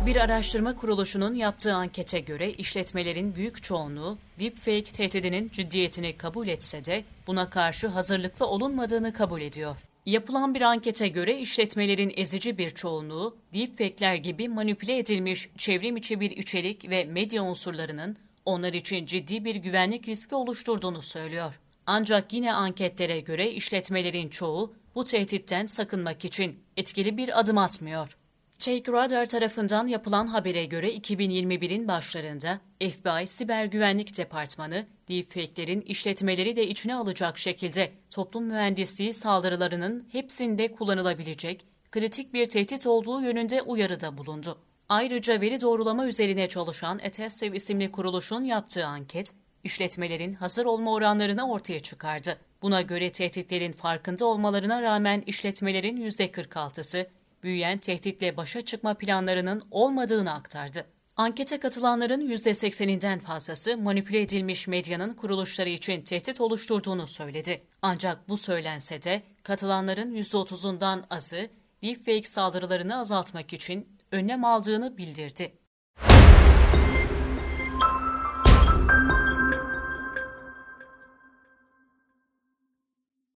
Bir araştırma kuruluşunun yaptığı ankete göre işletmelerin büyük çoğunluğu deepfake tehdidinin ciddiyetini kabul etse de buna karşı hazırlıklı olunmadığını kabul ediyor. Yapılan bir ankete göre işletmelerin ezici bir çoğunluğu deepfake'ler gibi manipüle edilmiş çevrim içi bir içerik ve medya unsurlarının onlar için ciddi bir güvenlik riski oluşturduğunu söylüyor. Ancak yine anketlere göre işletmelerin çoğu bu tehditten sakınmak için etkili bir adım atmıyor. Take Radar tarafından yapılan habere göre 2021'in başlarında FBI Siber Güvenlik Departmanı, deepfake'lerin işletmeleri de içine alacak şekilde toplum mühendisliği saldırılarının hepsinde kullanılabilecek kritik bir tehdit olduğu yönünde uyarıda bulundu. Ayrıca veri doğrulama üzerine çalışan Etessive isimli kuruluşun yaptığı anket, işletmelerin hazır olma oranlarını ortaya çıkardı. Buna göre tehditlerin farkında olmalarına rağmen işletmelerin %46'sı, büyüyen tehditle başa çıkma planlarının olmadığını aktardı. Ankete katılanların %80'inden fazlası manipüle edilmiş medyanın kuruluşları için tehdit oluşturduğunu söyledi. Ancak bu söylense de katılanların %30'undan azı deepfake saldırılarını azaltmak için önlem aldığını bildirdi.